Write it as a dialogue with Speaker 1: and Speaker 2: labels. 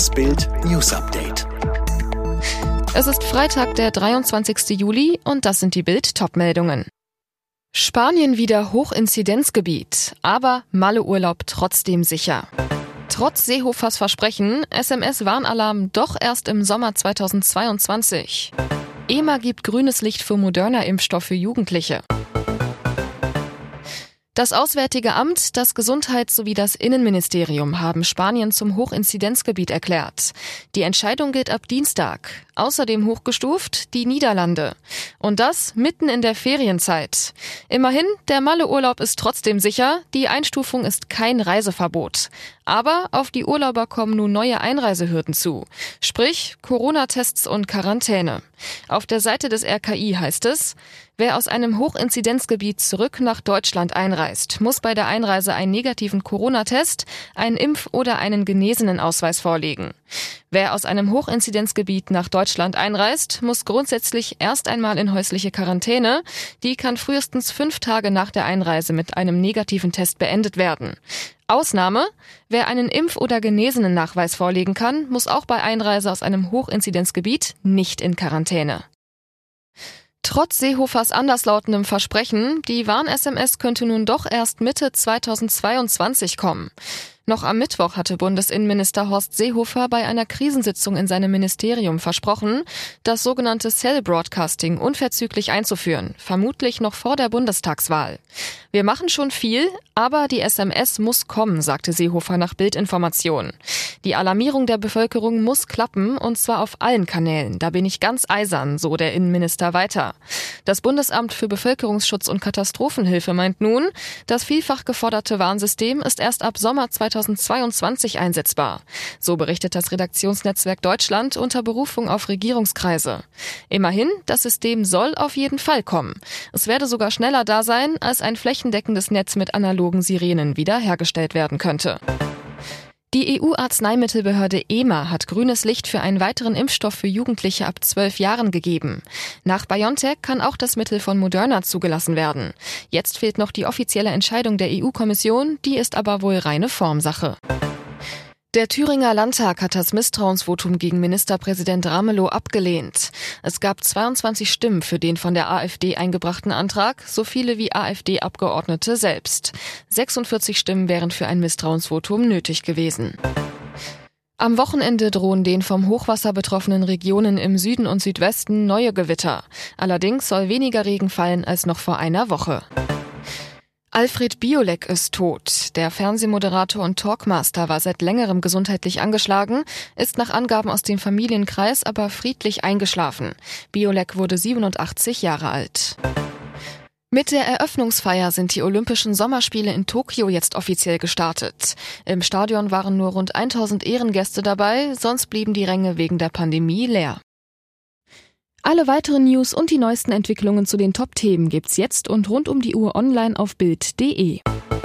Speaker 1: Das Bild News Update.
Speaker 2: Es ist Freitag, der 23. Juli und das sind die Bild-Top-Meldungen. Spanien wieder Hochinzidenzgebiet, aber Malle-Urlaub trotzdem sicher. Trotz Seehofers Versprechen, SMS-Warnalarm doch erst im Sommer 2022. EMA gibt grünes Licht für Moderna-Impfstoff für Jugendliche. Das Auswärtige Amt, das Gesundheits- sowie das Innenministerium haben Spanien zum Hochinzidenzgebiet erklärt. Die Entscheidung gilt ab Dienstag. Außerdem hochgestuft die Niederlande. Und das mitten in der Ferienzeit. Immerhin, der Malle-Urlaub ist trotzdem sicher. Die Einstufung ist kein Reiseverbot. Aber auf die Urlauber kommen nun neue Einreisehürden zu. Sprich, Corona-Tests und Quarantäne. Auf der Seite des RKI heißt es, wer aus einem Hochinzidenzgebiet zurück nach Deutschland einreist, muss bei der Einreise einen negativen Corona-Test, einen Impf- oder einen Genesenenausweis vorlegen. Wer aus einem Hochinzidenzgebiet nach Deutschland einreist, muss grundsätzlich erst einmal in häusliche Quarantäne. Die kann frühestens 5 Tage nach der Einreise mit einem negativen Test beendet werden. Ausnahme: Wer einen Impf- oder Genesenen-Nachweis vorlegen kann, muss auch bei Einreise aus einem Hochinzidenzgebiet nicht in Quarantäne. Trotz Seehofers anderslautendem Versprechen, die Warn-SMS könnte nun doch erst Mitte 2022 kommen. Noch am Mittwoch hatte Bundesinnenminister Horst Seehofer bei einer Krisensitzung in seinem Ministerium versprochen, das sogenannte Cell Broadcasting unverzüglich einzuführen, vermutlich noch vor der Bundestagswahl. Wir machen schon viel, aber die SMS muss kommen, sagte Seehofer nach Bild-Information. Die Alarmierung der Bevölkerung muss klappen, und zwar auf allen Kanälen. Da bin ich ganz eisern, so der Innenminister weiter. Das Bundesamt für Bevölkerungsschutz und Katastrophenhilfe meint nun, das vielfach geforderte Warnsystem ist erst ab Sommer 2022 einsetzbar. So berichtet das Redaktionsnetzwerk Deutschland unter Berufung auf Regierungskreise. Immerhin, das System soll auf jeden Fall kommen. Es werde sogar schneller da sein, als ein flächendeckendes Netz mit analogen Sirenen wiederhergestellt werden könnte. Die EU-Arzneimittelbehörde EMA hat grünes Licht für einen weiteren Impfstoff für Jugendliche ab 12 Jahren gegeben. Nach BioNTech kann auch das Mittel von Moderna zugelassen werden. Jetzt fehlt noch die offizielle Entscheidung der EU-Kommission, die ist aber wohl reine Formsache. Der Thüringer Landtag hat das Misstrauensvotum gegen Ministerpräsident Ramelow abgelehnt. Es gab 22 Stimmen für den von der AfD eingebrachten Antrag, so viele wie AfD-Abgeordnete selbst. 46 Stimmen wären für ein Misstrauensvotum nötig gewesen. Am Wochenende drohen den vom Hochwasser betroffenen Regionen im Süden und Südwesten neue Gewitter. Allerdings soll weniger Regen fallen als noch vor einer Woche. Alfred Biolek ist tot. Der Fernsehmoderator und Talkmaster war seit längerem gesundheitlich angeschlagen, ist nach Angaben aus dem Familienkreis aber friedlich eingeschlafen. Biolek wurde 87 Jahre alt. Mit der Eröffnungsfeier sind die Olympischen Sommerspiele in Tokio jetzt offiziell gestartet. Im Stadion waren nur rund 1000 Ehrengäste dabei, sonst blieben die Ränge wegen der Pandemie leer. Alle weiteren News und die neuesten Entwicklungen zu den Top-Themen gibt's jetzt und rund um die Uhr online auf Bild.de.